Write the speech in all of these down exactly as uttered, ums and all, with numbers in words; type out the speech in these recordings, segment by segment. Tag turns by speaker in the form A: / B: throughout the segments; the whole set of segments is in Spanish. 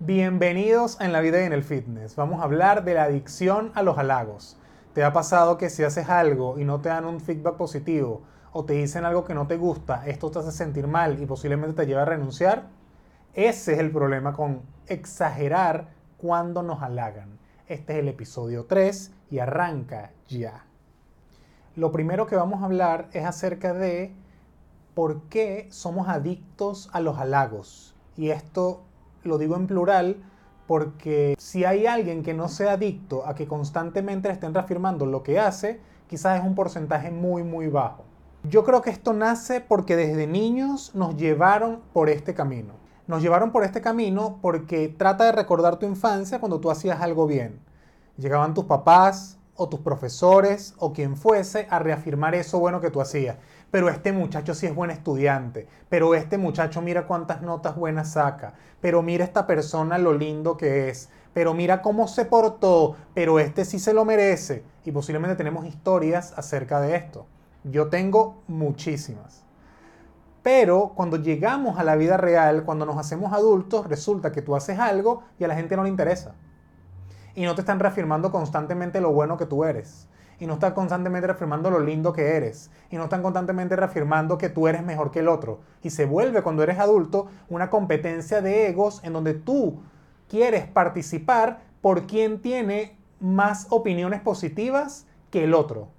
A: Bienvenidos a En la Vida y en el Fitness. Vamos a hablar de la adicción a los halagos. ¿Te ha pasado que si haces algo y no te dan un feedback positivo o te dicen algo que no te gusta, esto te hace sentir mal y posiblemente te lleva a renunciar? Ese es el problema con exagerar cuando nos halagan. Este es el episodio tres y arranca ya. Lo primero que vamos a hablar es acerca de por qué somos adictos a los halagos. Y esto lo digo en plural porque si hay alguien que no sea adicto a que constantemente le estén reafirmando lo que hace, quizás es un porcentaje muy muy bajo. Yo creo que esto nace porque desde niños nos llevaron por este camino. Nos llevaron por este camino porque trata de recordar tu infancia cuando tú hacías algo bien. Llegaban tus papás o tus profesores o quien fuese a reafirmar eso bueno que tú hacías. Pero este muchacho sí es buen estudiante, pero este muchacho mira cuántas notas buenas saca, pero mira esta persona lo lindo que es, pero mira cómo se portó, pero este sí se lo merece. Y posiblemente tenemos historias acerca de esto. Yo tengo muchísimas. Pero cuando llegamos a la vida real, cuando nos hacemos adultos, resulta que tú haces algo y a la gente no le interesa. Y no te están reafirmando constantemente lo bueno que tú eres. Y no están constantemente reafirmando lo lindo que eres. Y no están constantemente reafirmando que tú eres mejor que el otro. Y se vuelve, cuando eres adulto, una competencia de egos en donde tú quieres participar por quien tiene más opiniones positivas que el otro.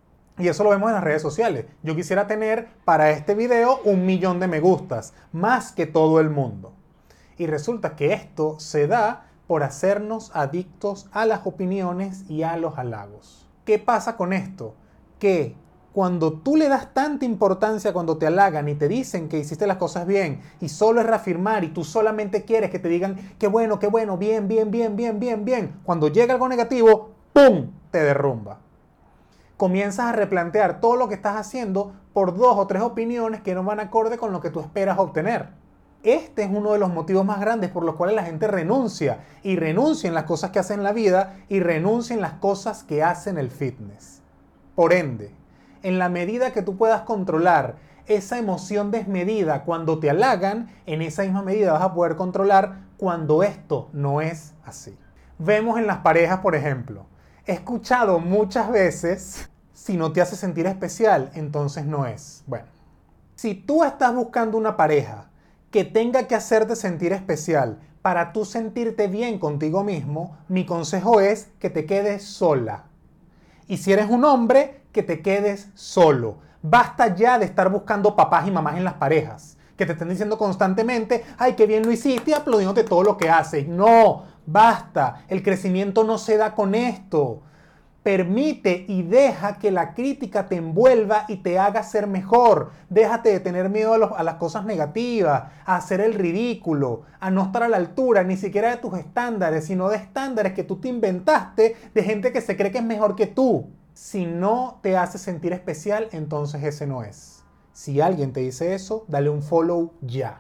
A: Y eso lo vemos en las redes sociales. Yo quisiera tener para este video un millón de me gustas, más que todo el mundo. Y resulta que esto se da por hacernos adictos a las opiniones y a los halagos. ¿Qué pasa con esto? Que cuando tú le das tanta importancia cuando te halagan y te dicen que hiciste las cosas bien y solo es reafirmar y tú solamente quieres que te digan qué bueno, qué bueno, bien, bien, bien, bien, bien, bien, cuando llega algo negativo, ¡pum!, te derrumba. Comienzas a replantear todo lo que estás haciendo por dos o tres opiniones que no van acorde con lo que tú esperas obtener. Este es uno de los motivos más grandes por los cuales la gente renuncia y renuncia en las cosas que hace en la vida y renuncia en las cosas que hace en el fitness. Por ende, en la medida que tú puedas controlar esa emoción desmedida cuando te halagan, en esa misma medida vas a poder controlar cuando esto no es así. Vemos en las parejas, por ejemplo, he escuchado muchas veces, si no te hace sentir especial, entonces no es. Bueno, si tú estás buscando una pareja que tenga que hacerte sentir especial para tú sentirte bien contigo mismo, mi consejo es que te quedes sola. Y si eres un hombre, que te quedes solo. Basta ya de estar buscando papás y mamás en las parejas, que te estén diciendo constantemente, ay, qué bien lo hiciste, y aplaudiéndote todo lo que haces. No, basta. El crecimiento no se da con esto. Permite y deja que la crítica te envuelva y te haga ser mejor. Déjate de tener miedo a, los, a las cosas negativas, a hacer el ridículo, a no estar a la altura ni siquiera de tus estándares, sino de estándares que tú te inventaste de gente que se cree que es mejor que tú. Si no te hace sentir especial, entonces ese no es. Si alguien te dice eso, dale un follow ya.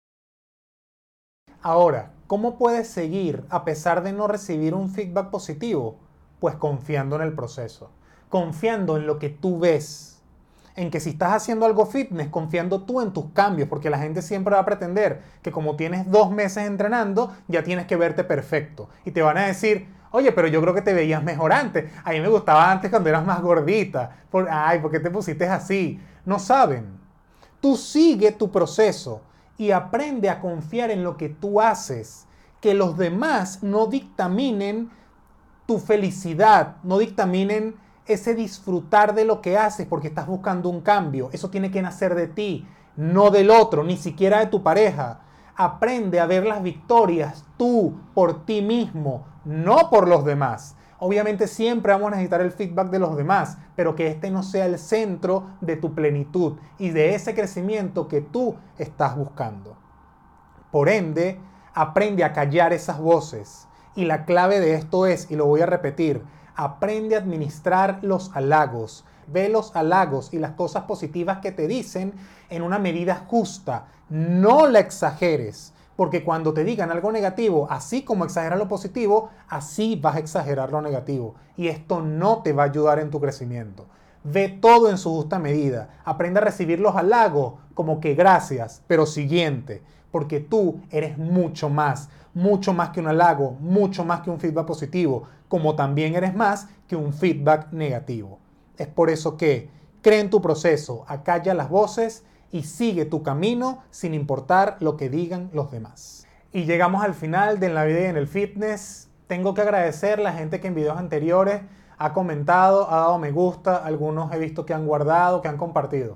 A: Ahora, ¿cómo puedes seguir a pesar de no recibir un feedback positivo? Pues confiando en el proceso, confiando en lo que tú ves, en que si estás haciendo algo fitness, confiando tú en tus cambios, porque la gente siempre va a pretender que como tienes dos meses entrenando, ya tienes que verte perfecto. Y te van a decir, oye, pero yo creo que te veías mejor antes. A mí me gustaba antes cuando eras más gordita. Por, ay, ¿por qué te pusiste así? No saben. Tú sigue tu proceso y aprende a confiar en lo que tú haces, que los demás no dictaminen tu felicidad, no dictaminen ese disfrutar de lo que haces porque estás buscando un cambio. Eso tiene que nacer de ti, no del otro, ni siquiera de tu pareja. Aprende a ver las victorias tú, por ti mismo, no por los demás. Obviamente siempre vamos a necesitar el feedback de los demás, pero que este no sea el centro de tu plenitud y de ese crecimiento que tú estás buscando. Por ende, aprende a callar esas voces. Y la clave de esto es, y lo voy a repetir, aprende a administrar los halagos. Ve los halagos y las cosas positivas que te dicen en una medida justa. No la exageres, porque cuando te digan algo negativo, así como exageras lo positivo, así vas a exagerar lo negativo. Y esto no te va a ayudar en tu crecimiento. Ve todo en su justa medida. Aprende a recibir los halagos como que gracias, pero siguiente. Porque tú eres mucho más, mucho más que un halago, mucho más que un feedback positivo, como también eres más que un feedback negativo. Es por eso que cree en tu proceso, acalla las voces y sigue tu camino sin importar lo que digan los demás. Y llegamos al final de En la Vida y en el Fitness. Tengo que agradecer a la gente que en videos anteriores ha comentado, ha dado me gusta, algunos he visto que han guardado, que han compartido.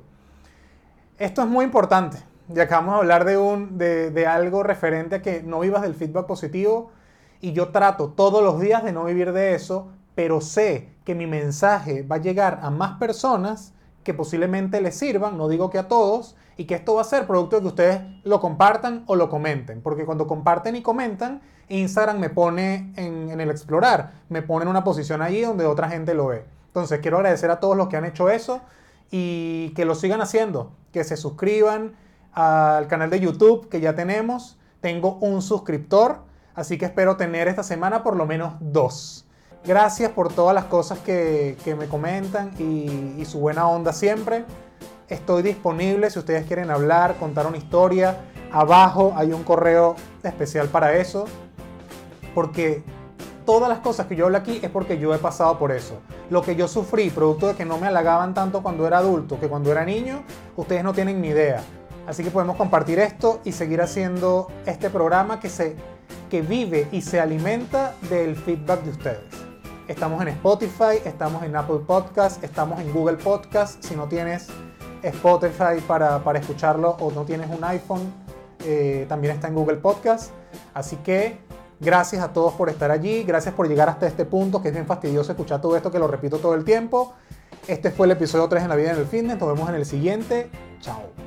A: Esto es muy importante, ya que vamos a hablar de, un, de, de algo referente a que no vivas del feedback positivo, y yo trato todos los días de no vivir de eso, pero sé que mi mensaje va a llegar a más personas que posiblemente les sirvan, no digo que a todos, y que esto va a ser producto de que ustedes lo compartan o lo comenten, porque cuando comparten y comentan, Instagram me pone en, en el explorar, me pone en una posición allí donde otra gente lo ve. Entonces quiero agradecer a todos los que han hecho eso y que lo sigan haciendo, que se suscriban al canal de YouTube que ya tenemos. Tengo un suscriptor, así que espero tener esta semana por lo menos dos. Gracias por todas las cosas que, que me comentan y, y su buena onda siempre. Estoy disponible si ustedes quieren hablar, contar una historia. Abajo hay un correo especial para eso, porque todas las cosas que yo hablo aquí es porque yo he pasado por eso. Lo que yo sufrí, producto de que no me halagaban tanto cuando era adulto que cuando era niño, ustedes no tienen ni idea. Así que podemos compartir esto y seguir haciendo este programa que, se, que vive y se alimenta del feedback de ustedes. Estamos en Spotify, estamos en Apple Podcasts, estamos en Google Podcasts. Si no tienes Spotify para, para escucharlo o no tienes un iPhone, eh, también está en Google Podcasts. Así que gracias a todos por estar allí, gracias por llegar hasta este punto, que es bien fastidioso escuchar todo esto, que lo repito todo el tiempo. Este fue el episodio tres en la vida y en el fitness, nos vemos en el siguiente. Chao.